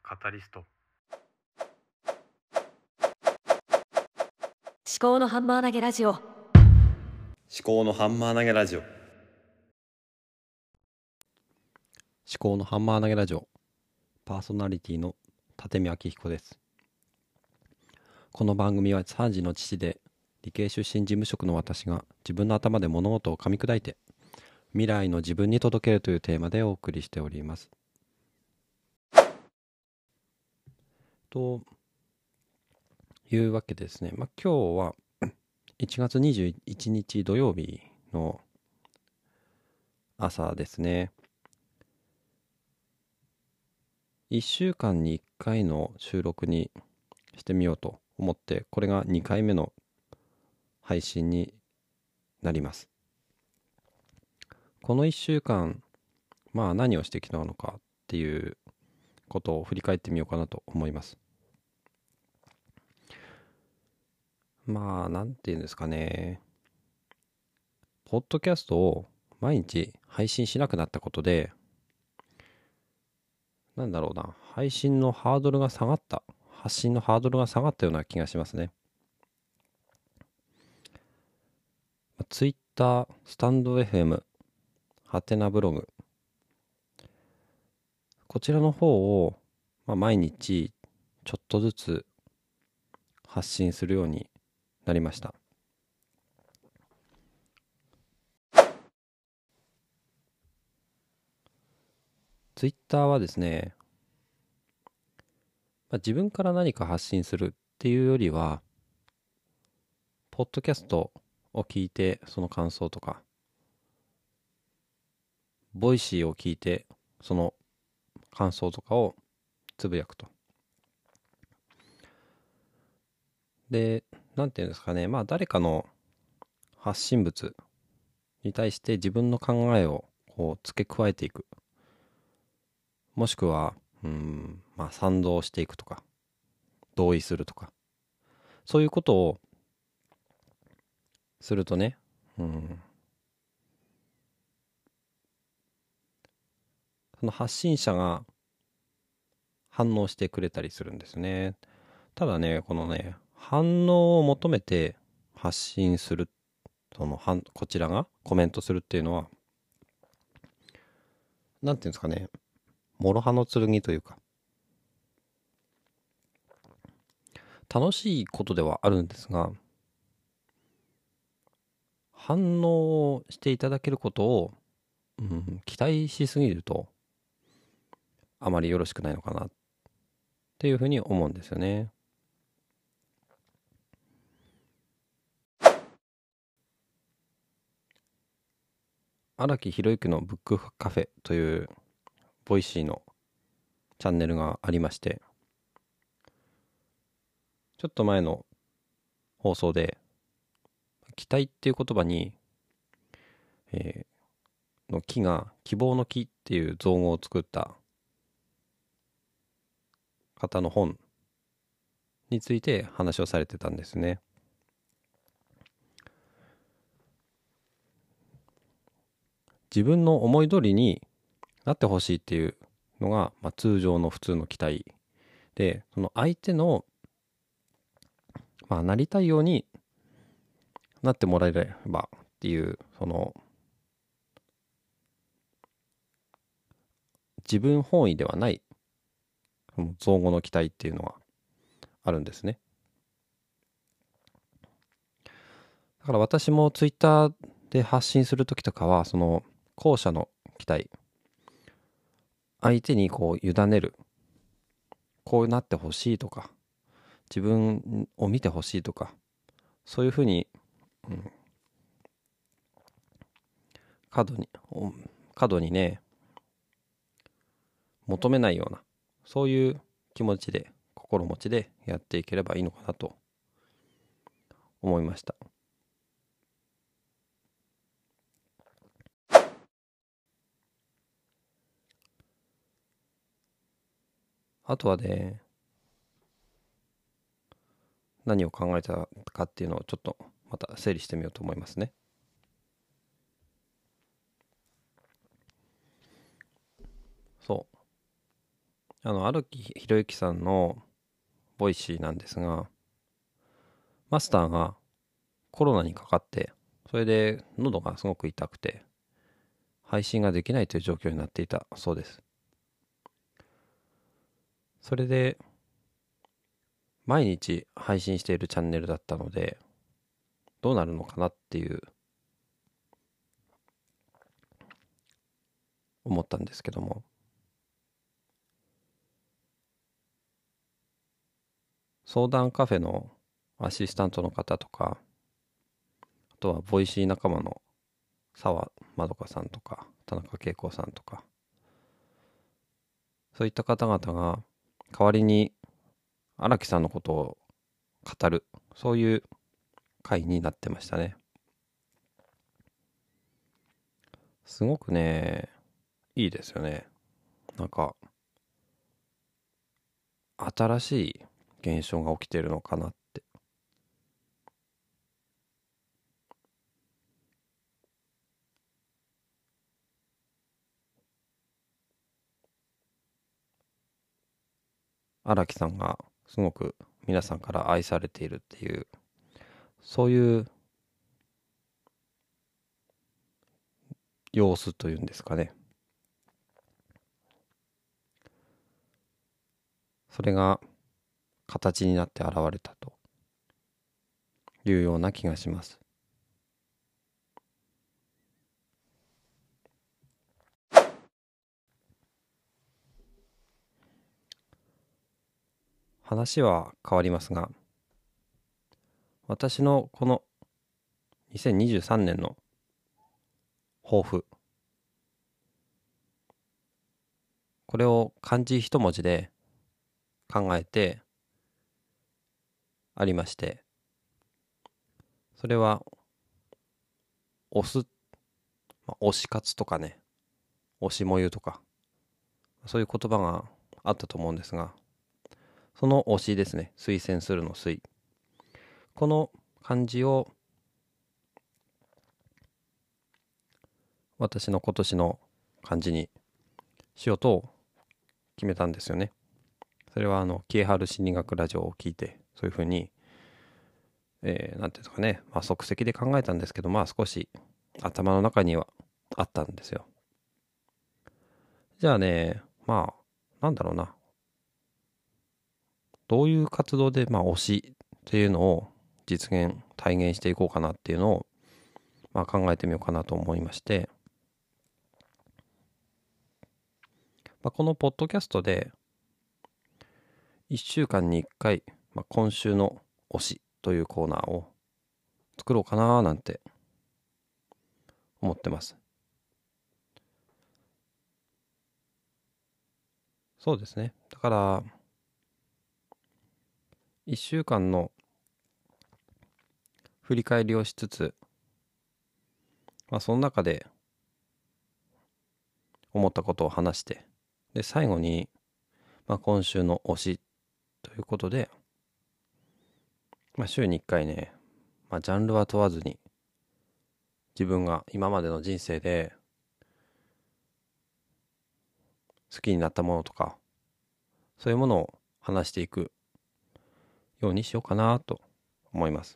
カタリスト。 思考のハンマー投げラジオ。 思考のハンマー投げラジオ。思考のハンマー投げラジオ。パーソナリティの立見明彦です。この番組は3児の父で理系出身事務職の私が自分の頭で物事を噛み砕いて未来の自分に届けるというテーマでお送りしております。というわけでですね、今日は1月21日土曜日の朝ですね。1週間に1回の収録にしてみようと思って、これが2回目の配信になります。この1週間、何をしてきたのかっていうことを振り返ってみようかなと思います。なんていうんですかね。ポッドキャストを毎日配信しなくなったことで、配信のハードルが下がった、発信のハードルが下がったような気がしますね。ツイッター、スタンド FM、ハテナブログ、こちらの方を、毎日ちょっとずつ発信するようになりました。ツイッターはですね、自分から何か発信するっていうよりは、ポッドキャストを聞いてその感想とか、ボイシーを聞いてその感想とかをつぶやくと。で、なんていうんですかね、誰かの発信物に対して自分の考えを付け加えていく。もしくは、賛同していくとか、同意するとか、そういうことをするとね、その発信者が反応してくれたりするんですね。ただね、反応を求めて発信する、こちらがコメントするっていうのは、なんていうんですかね、諸刃の剣というか、楽しいことではあるんですが、反応していただけることを、期待しすぎるとあまりよろしくないのかなっていうふうに思うんですよね。荒木宏之のブックカフェというボイシーのチャンネルがありまして、ちょっと前の放送で期待っていう言葉に、の木が希望の木っていう造語を作った方の本について話をされてたんですね。自分の思い通りになってほしいっていうのが、通常の普通の期待で、その相手の、なりたいようになってもらえればっていう、自分本位ではないその造語の期待っていうのがあるんですね。だから私もツイッターで発信するときとかは、その後者の期待、相手に委ねる、こうなってほしいとか、自分を見てほしいとか、そういうふうに、過度にね、求めないような、そういう気持ちで、心持ちでやっていければいいのかなと思いました。あとはね、何を考えたかっていうのをちょっとまた整理してみようと思いますね。 荒木宏之さんのボイシーなんですが、マスターがコロナにかかって、それで喉がすごく痛くて、配信ができないという状況になっていたそうです。それで、毎日配信しているチャンネルだったので、どうなるのかなっていう、思ったんですけども、相談カフェのアシスタントの方とか、あとはボイシー仲間の澤まどかさんとか、田中恵子さんとか、そういった方々が代わりに荒木さんのことを語る、そういう回になってましたね。すごくね、いいですよね。なんか、新しい現象が起きてるのかなって。荒木さんがすごく皆さんから愛されているっていう、そういう様子というんですかね。それが形になって現れたというような気がします。話は変わりますが、私のこの2023年の抱負、これを漢字一文字で考えてありまして、それは推す、推し活とかね、推しもゆとか、そういう言葉があったと思うんですが、その推しですね、推薦するの推。この漢字を私の今年の漢字にしようと決めたんですよね。それはキエハル心理学ラジオを聞いて、そういうふうに、なんていうんですかね、即席で考えたんですけど、少し頭の中にはあったんですよ。じゃあね、なんだろうな。どういう活動で、推しっていうのを実現、体現していこうかなっていうのを、考えてみようかなと思いまして、このポッドキャストで1週間に1回、今週の推しというコーナーを作ろうかななんて思ってます。そうですね。だから、1週間の振り返りをしつつ、その中で思ったことを話して、で、最後に、今週の推しということで、週に1回ね、ジャンルは問わずに、自分が今までの人生で好きになったものとか、そういうものを話していくようにしようかなと思います。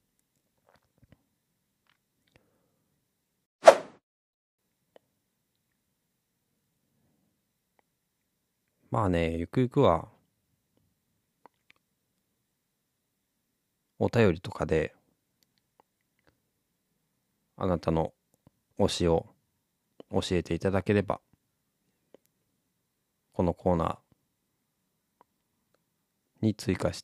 ゆくゆくはお便りとかであなたの推しを教えていただければ、このコーナーに追加して、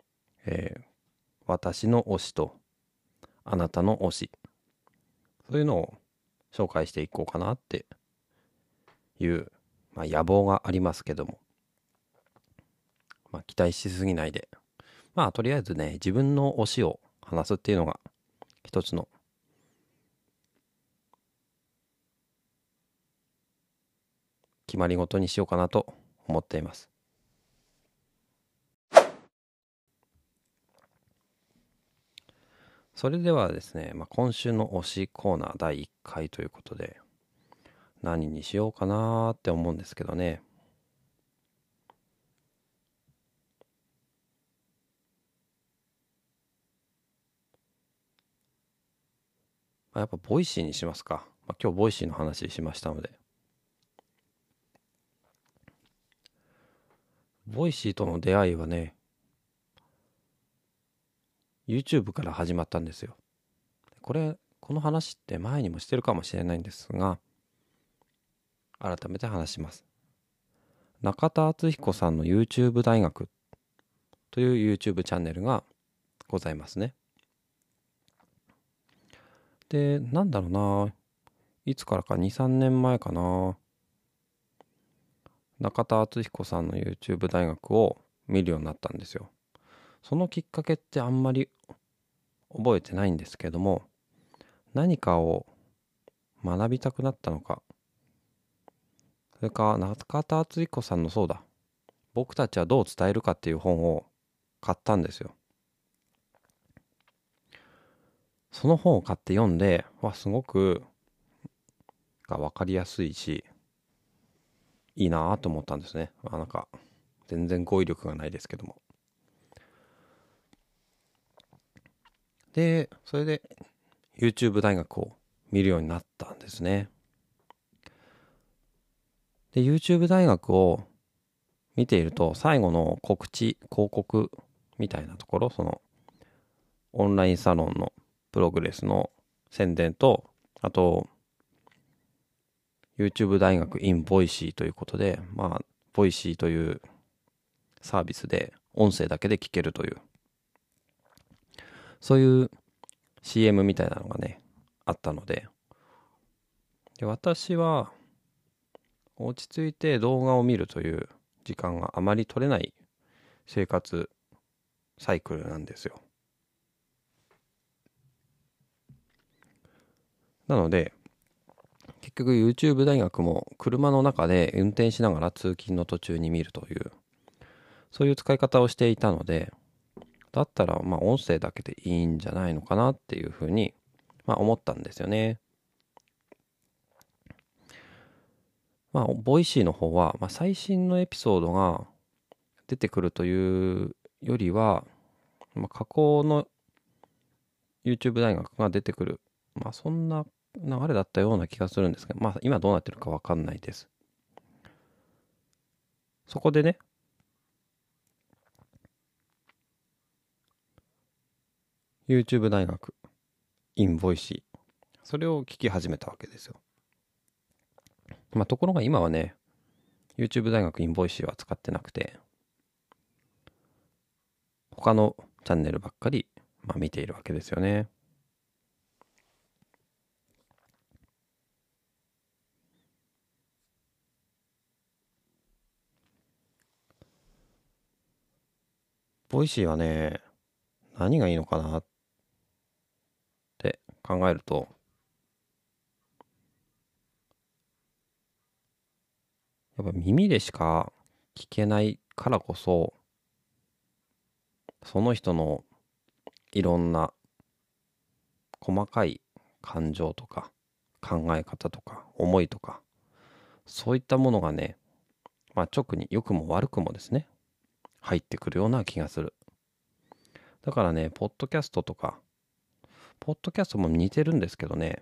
私の推しとあなたの推し、そういうのを紹介していこうかなっていう、野望がありますけども、期待しすぎないで、とりあえずね、自分の推しを話すっていうのが一つの決まり事にしようかなと思っています。それではですね、今週の推しコーナー第1回ということで、何にしようかなーって思うんですけどね。 やっぱボイシーにしますか。今日ボイシーの話しましたので。ボイシーとの出会いはね、YouTube から始まったんですよ。この話って前にもしてるかもしれないんですが、改めて話します。中田敦彦さんの YouTube 大学という YouTube チャンネルがございますね。で、なんだろうな、いつからか2、3年前かな、中田敦彦さんの YouTube 大学を見るようになったんですよ。そのきっかけってあんまり覚えてないんですけども、何かを学びたくなったのか、それか中田敦彦さんの僕たちはどう伝えるかっていう本を買ったんですよ。その本を買って読んで、すごく分かりやすいし、いいなと思ったんですね。なんか全然語彙力がないですけども。で、それで YouTube 大学を見るようになったんですね。で、YouTube 大学を見ていると、最後の広告みたいなところ、そのオンラインサロンのプログレスの宣伝と、あと YouTube 大学 in ボイシーということで、ボイシーというサービスで音声だけで聞けるという、そういう CM みたいなのがね、あったので、私は落ち着いて動画を見るという時間があまり取れない生活サイクルなんですよ。なので、結局 YouTube 大学も車の中で運転しながら通勤の途中に見るという、そういう使い方をしていたので、だったら音声だけでいいんじゃないのかなっていうふうに思ったんですよね。ボイシーの方は最新のエピソードが出てくるというよりは、過去の YouTube 大学が出てくる、そんな流れだったような気がするんですが、今どうなってるかわかんないです。そこでね、YouTube 大学 in ボイシー、それを聞き始めたわけですよ。ところが今はね、YouTube 大学 in ボイシーは使ってなくて、他のチャンネルばっかり、見ているわけですよね。ボイシーはね、何がいいのかなって考えると、やっぱ耳でしか聞けないからこそ、その人のいろんな細かい感情とか考え方とか思いとか、そういったものがね、直に良くも悪くもですね、入ってくるような気がする。だからね、ポッドキャストも似てるんですけどね、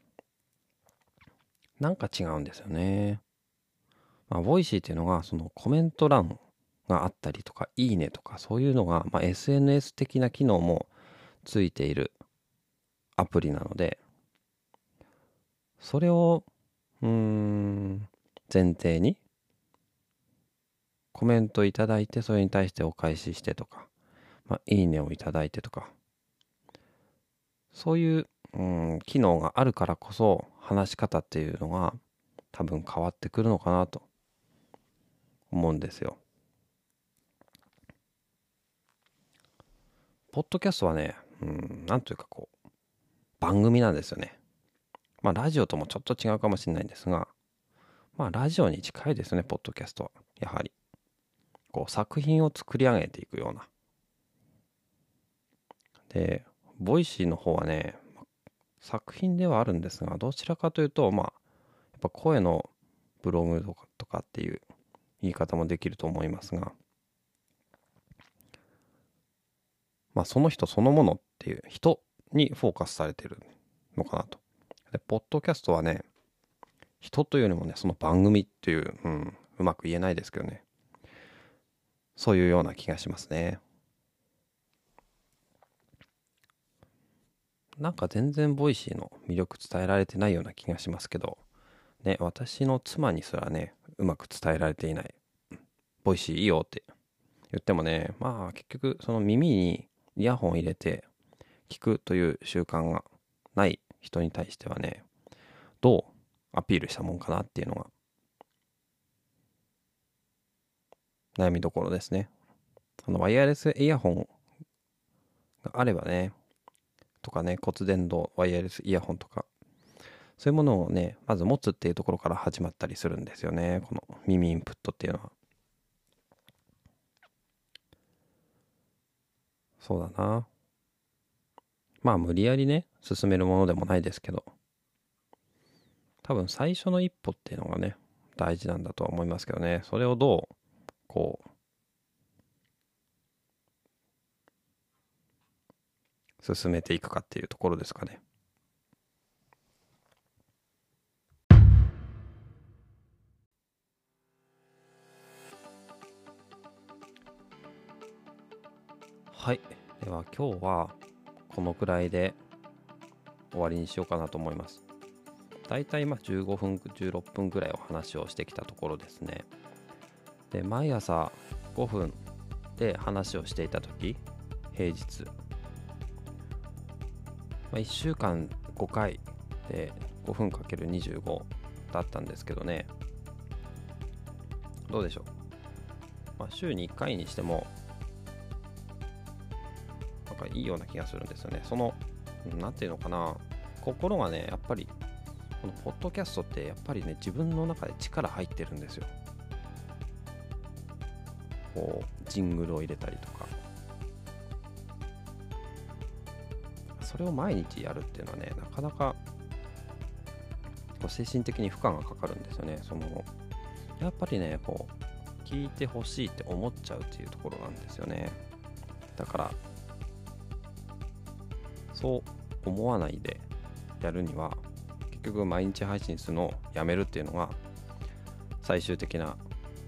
なんか違うんですよね。ボイシーっていうのがそのコメント欄があったりとか、いいねとか、そういうのが、SNS 的な機能もついているアプリなので、それを前提にコメントいただいて、それに対してお返ししてとか、いいねをいただいてとか、そういう機能があるからこそ話し方っていうのが多分変わってくるのかなと思うんですよ。ポッドキャストはね、なんというか番組なんですよね。ラジオともちょっと違うかもしれないんですが、ラジオに近いですね、ポッドキャストは。やはり。作品を作り上げていくような。で、ボイシーの方はね、作品ではあるんですが、どちらかというと、やっぱ声のブログとかっていう言い方もできると思いますが、その人そのものっていう人にフォーカスされてるのかなと。 でポッドキャストはね、人というよりもね、その番組っていう、うまく言えないですけどね、そういうような気がしますね。なんか全然ボイシーの魅力伝えられてないような気がしますけどね、私の妻にすらね、うまく伝えられていない。ボイシーいいよって言ってもね、まあ結局その耳にイヤホンを入れて聞くという習慣がない人に対してはね、どうアピールしたもんかなっていうのが悩みどころですね。ワイヤレスイヤホンがあればね、とかね、骨伝導ワイヤレスイヤホンとか、そういうものをね、まず持つっていうところから始まったりするんですよね。この耳インプットっていうのは。そうだな。まあ無理やりね、進めるものでもないですけど、多分最初の一歩っていうのがね、大事なんだとは思いますけどね。それをどう、こう、進めていくかっていうところですかね。はい。では今日はこのくらいで終わりにしようかなと思います。だいたい15分、16分くらいお話をしてきたところですね。で、毎朝5分で話をしていたとき、平日、1週間5回で5分 ×25 だったんですけどね、どうでしょう。週に1回にしてもなんかいいような気がするんですよね。なんていうのかな、心がね、やっぱりこのポッドキャストってやっぱりね、自分の中で力入ってるんですよ。こうジングルを入れたりとか、それを毎日やるっていうのはね、なかなかこう精神的に負荷がかかるんですよね。やっぱりね、こう聞いてほしいって思っちゃうっていうところなんですよね。だからそう思わないでやるには、結局毎日配信するのをやめるっていうのが最終的な、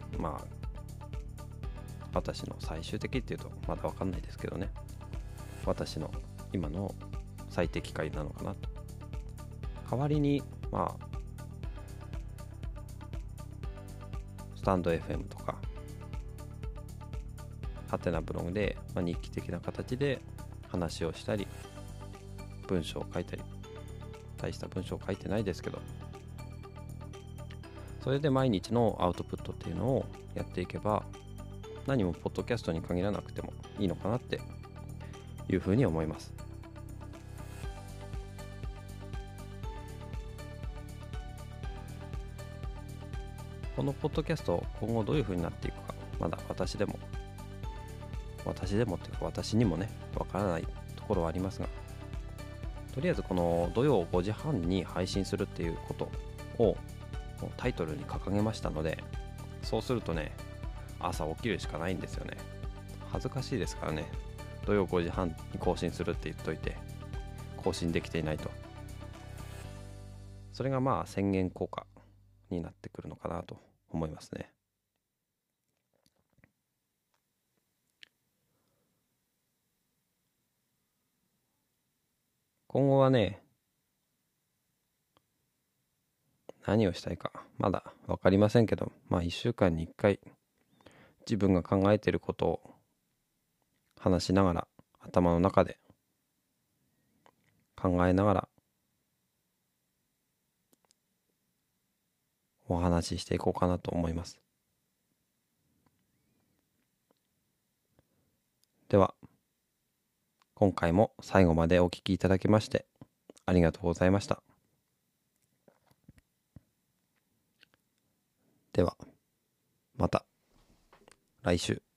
私の最終的っていうとまだ分かんないですけどね、私の今の最適解なのかなと。代わりにスタンド FM とかハテナブログで、日記的な形で話をしたり、文章を書いたり、大した文章を書いてないですけど、それで毎日のアウトプットっていうのをやっていけば、何もポッドキャストに限らなくてもいいのかなっていうふうに思います。このポッドキャスト今後どういうふうになっていくか、まだ私でもっていうか私にもね、わからないところはありますが、とりあえずこの土曜5時半に配信するっていうことをタイトルに掲げましたので、そうするとね、朝起きるしかないんですよね。恥ずかしいですからね、土曜5時半に更新するって言っといて更新できていないと。それが宣言効果になってくるのかなと思いますね。今後はね、何をしたいかまだ分かりませんけど、1週間に1回自分が考えていることを話しながら、頭の中で考えながらお話ししていこうかなと思います。では今回も最後までお聞きいただきましてありがとうございました。ではまた来週。